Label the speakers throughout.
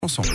Speaker 1: ensemble.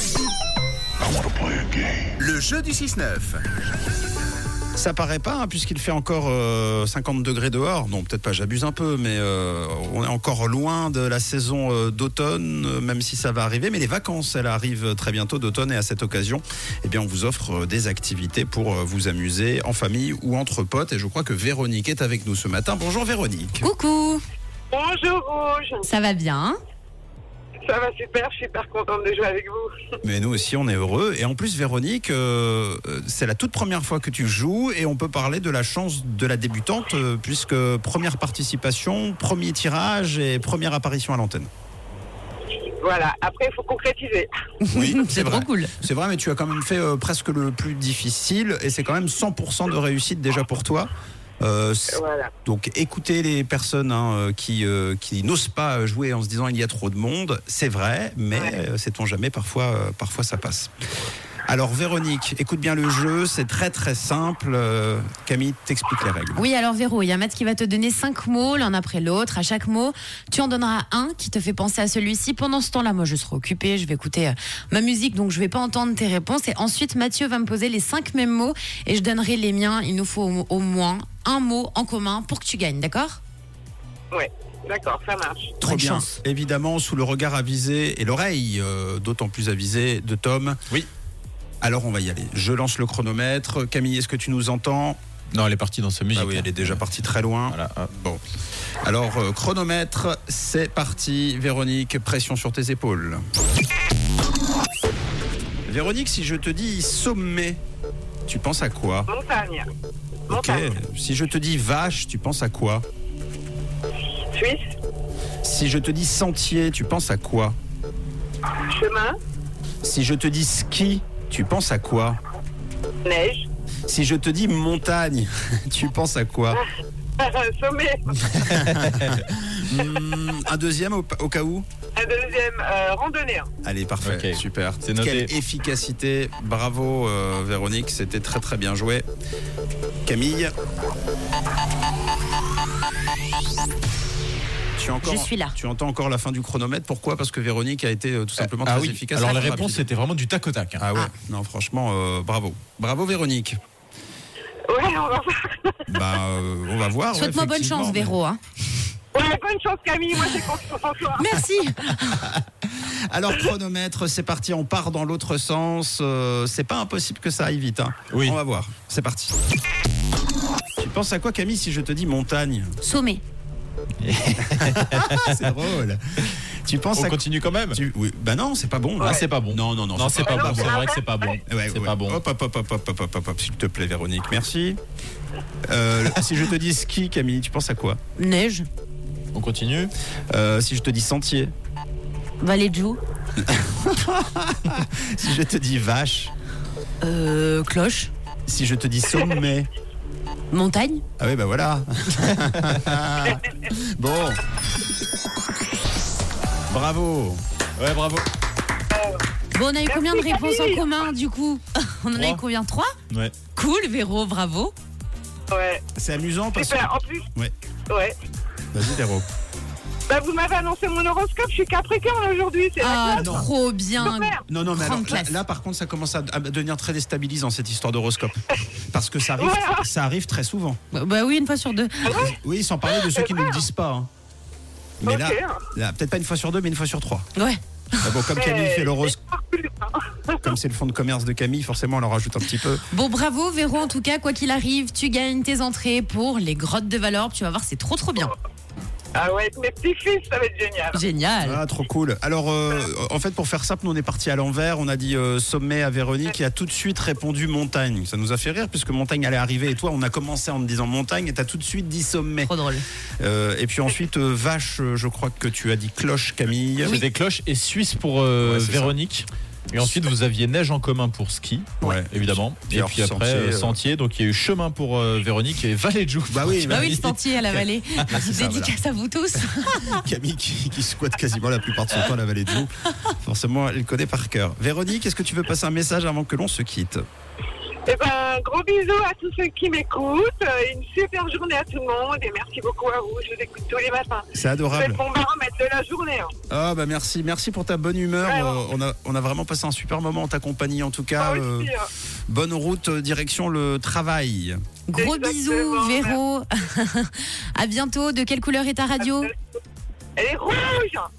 Speaker 2: Le jeu du 6-9.
Speaker 1: Ça paraît pas, puisqu'il fait encore 50 degrés dehors. Non, peut-être pas, j'abuse un peu, mais on est encore loin de la saison d'automne, même si ça va arriver. Mais les vacances, elles arrivent très bientôt d'automne, et à cette occasion, eh bien, on vous offre des activités pour vous amuser en famille ou entre potes. Et je crois que Véronique est avec nous ce matin. Bonjour Véronique.
Speaker 3: Coucou.
Speaker 4: Bonjour Rouge.
Speaker 3: Ça va bien?
Speaker 4: Ça va super, je suis super contente de jouer avec vous.
Speaker 1: Mais nous aussi, on est heureux. Et en plus, Véronique, c'est la toute première fois que tu joues et on peut parler de la chance de la débutante, puisque première participation, premier tirage et première apparition à l'antenne.
Speaker 4: Voilà, après il faut concrétiser.
Speaker 1: Oui,
Speaker 3: C'est trop cool.
Speaker 1: C'est vrai, mais tu as quand même fait presque le plus difficile et c'est quand même 100% de réussite déjà pour toi.
Speaker 4: Voilà.
Speaker 1: Donc écoutez les personnes qui n'osent pas jouer en se disant il y a trop de monde, c'est vrai, mais sait-on jamais, parfois ça passe. Alors Véronique, écoute bien le jeu, c'est très très simple. Camille t'explique les règles.
Speaker 3: Oui, alors Véro, il y a Matt qui va te donner 5 mots l'un après l'autre. À chaque mot, tu en donneras un qui te fait penser à celui-ci. Pendant ce temps-là, moi je serai occupée, je vais écouter ma musique, donc je vais pas entendre tes réponses. Et ensuite, Mathieu va me poser les 5 mêmes mots et je donnerai les miens. Il nous faut au moins un mot en commun pour que tu gagnes, d'accord?
Speaker 4: Ouais, d'accord, ça marche.
Speaker 1: Trop
Speaker 3: Bonne
Speaker 1: bien.
Speaker 3: chance.
Speaker 1: Évidemment, sous le regard avisé et l'oreille d'autant plus avisée de Tom.
Speaker 5: Oui.
Speaker 1: Alors on va y aller. Je lance le chronomètre. Camille, est-ce que tu nous entends?
Speaker 5: Non, elle est partie dans sa musique.
Speaker 1: Ah oui, elle est déjà partie très loin.
Speaker 5: Voilà.
Speaker 1: Bon. Alors, chronomètre, c'est parti. Véronique, pression sur tes épaules. Véronique, si je te dis sommet, tu penses à quoi?
Speaker 4: Montagne.
Speaker 1: Ok.
Speaker 4: Montagne.
Speaker 1: Si je te dis vache, tu penses à quoi?
Speaker 4: Suisse.
Speaker 1: Si je te dis sentier, tu penses à quoi?
Speaker 4: Chemin.
Speaker 1: Si je te dis ski, tu penses à quoi?
Speaker 4: Neige.
Speaker 1: Si je te dis montagne, tu penses à quoi?
Speaker 4: Sommet.
Speaker 1: Un deuxième au cas où?
Speaker 4: Un deuxième, randonnée.
Speaker 1: Allez, parfait,
Speaker 5: Ok.
Speaker 1: super.
Speaker 5: C'est noté.
Speaker 1: Quelle efficacité. Bravo Véronique, c'était très très bien joué. Camille,
Speaker 3: Je suis là.
Speaker 1: Tu entends encore la fin du chronomètre. Pourquoi? Parce que Véronique a été tout simplement très
Speaker 5: oui.
Speaker 1: efficace.
Speaker 5: Alors
Speaker 1: et
Speaker 5: la
Speaker 1: très
Speaker 5: réponse
Speaker 1: rapide.
Speaker 5: c'était vraiment du tac au tac.
Speaker 1: Ah ouais, non franchement, bravo. Bravo Véronique.
Speaker 4: Ouais, on va voir.
Speaker 1: On va voir.
Speaker 3: Souhaite-moi
Speaker 1: ouais,
Speaker 3: bonne
Speaker 1: effectivement,
Speaker 3: chance,
Speaker 1: mais-
Speaker 3: Véro. Hein.
Speaker 4: Ouais, bonne chance Camille, moi j'ai confiance en toi.
Speaker 3: Merci.
Speaker 1: Alors chronomètre, c'est parti, on part dans l'autre sens. C'est pas impossible que ça aille vite.
Speaker 5: Oui.
Speaker 1: On va voir, c'est parti. Tu penses à quoi Camille si je te dis montagne?
Speaker 3: Sommet.
Speaker 1: C'est drôle. Tu penses
Speaker 5: On
Speaker 1: à
Speaker 5: continue quand même.
Speaker 1: Oui. Bah non, c'est pas bon.
Speaker 5: Ah, c'est pas bon.
Speaker 1: Non,
Speaker 5: Non, c'est pas bon. C'est vrai que c'est pas bon.
Speaker 1: Ouais,
Speaker 5: C'est
Speaker 1: ouais.
Speaker 5: pas bon.
Speaker 1: Hop, s'il te plaît, Véronique. Merci. Si je te dis ski, Camille, tu penses à quoi?
Speaker 3: Neige.
Speaker 5: On continue.
Speaker 1: Si je te dis sentier.
Speaker 3: Vallée de Joux.
Speaker 1: Si je te dis vache.
Speaker 3: Cloche.
Speaker 1: Si je te dis sommet.
Speaker 3: Montagne.
Speaker 1: Ah oui, bah voilà. Bon. Bravo.
Speaker 5: Ouais, bravo.
Speaker 3: Bon, on a eu combien de
Speaker 4: Merci,
Speaker 3: réponses en
Speaker 4: Camille.
Speaker 3: commun du coup? On en a eu
Speaker 5: 3.
Speaker 3: combien? 3?
Speaker 5: Ouais.
Speaker 3: Cool, Véro, bravo.
Speaker 4: Ouais,
Speaker 1: C'est amusant parce que...
Speaker 4: super. En plus,
Speaker 1: Ouais.
Speaker 4: ouais.
Speaker 1: Vas-y, Véro.
Speaker 4: Bah, vous m'avez annoncé mon horoscope, je suis Capricorne aujourd'hui, c'est
Speaker 3: Ah,
Speaker 4: la classe.
Speaker 3: trop bien.
Speaker 4: Super.
Speaker 1: Non, mais alors,
Speaker 3: Grande classe.
Speaker 1: là, par contre, ça commence à devenir très déstabilisant, cette histoire d'horoscope. Parce que ça arrive très souvent.
Speaker 3: Bah oui, une fois sur deux.
Speaker 1: Oui, sans parler de ceux qui ne le disent pas. Mais
Speaker 4: Ok.
Speaker 1: là, peut-être pas une fois sur 2, mais une fois sur 3.
Speaker 3: Ouais.
Speaker 1: Ah bon, comme Camille fait l'horoscope,
Speaker 4: Hein.
Speaker 1: comme c'est le fonds de commerce de Camille, forcément, on leur rajoute un petit peu.
Speaker 3: Bon, bravo Véro, en tout cas, quoi qu'il arrive, tu gagnes tes entrées pour les grottes de Valorbe. Tu vas voir, c'est trop bien.
Speaker 4: Ah ouais, avec mes petits-fils, ça va être génial.
Speaker 3: Génial.
Speaker 1: Ah, trop cool. Alors, en fait, pour faire simple, nous, on est parti à l'envers. On a dit sommet à Véronique qui a tout de suite répondu montagne. Ça nous a fait rire puisque montagne allait arriver. Et toi, on a commencé en te disant montagne et tu as tout de suite dit sommet.
Speaker 3: Trop drôle.
Speaker 1: Et puis ensuite, vache, je crois que tu as dit cloche, Camille.
Speaker 5: C'était cloche et Suisse pour
Speaker 1: c'est
Speaker 5: Véronique. Et ensuite, vous aviez neige en commun pour ski,
Speaker 1: Ouais.
Speaker 5: évidemment.
Speaker 1: Puis
Speaker 5: Et
Speaker 1: alors,
Speaker 5: puis après,
Speaker 1: sentier,
Speaker 5: sentier. Donc, il y a eu chemin pour Véronique et vallée de Joux.
Speaker 1: Bah oui,
Speaker 3: Bah oui, le sentier à la vallée.
Speaker 1: c'est ça,
Speaker 3: Dédicace à vous tous.
Speaker 1: Camille qui squatte quasiment la plupart de son temps la vallée de Joux. Forcément, elle connaît par cœur. Véronique, est-ce que tu veux passer un message avant que l'on se quitte?
Speaker 4: Eh ben, gros bisous à tous ceux qui m'écoutent. Une super journée à tout le monde et merci beaucoup à vous. Je vous écoute tous les matins.
Speaker 1: C'est
Speaker 4: C'est
Speaker 1: adorable.
Speaker 4: le bon baromètre de la journée. Hein.
Speaker 1: Ah bah merci pour ta bonne humeur.
Speaker 4: Ouais,
Speaker 1: On a vraiment passé un super moment en ta compagnie en tout cas.
Speaker 4: Moi aussi, hein.
Speaker 1: Bonne route direction le travail.
Speaker 3: Gros
Speaker 4: Exactement,
Speaker 3: bisous, Véro. À bientôt. De quelle couleur est ta radio?
Speaker 4: Elle est rouge.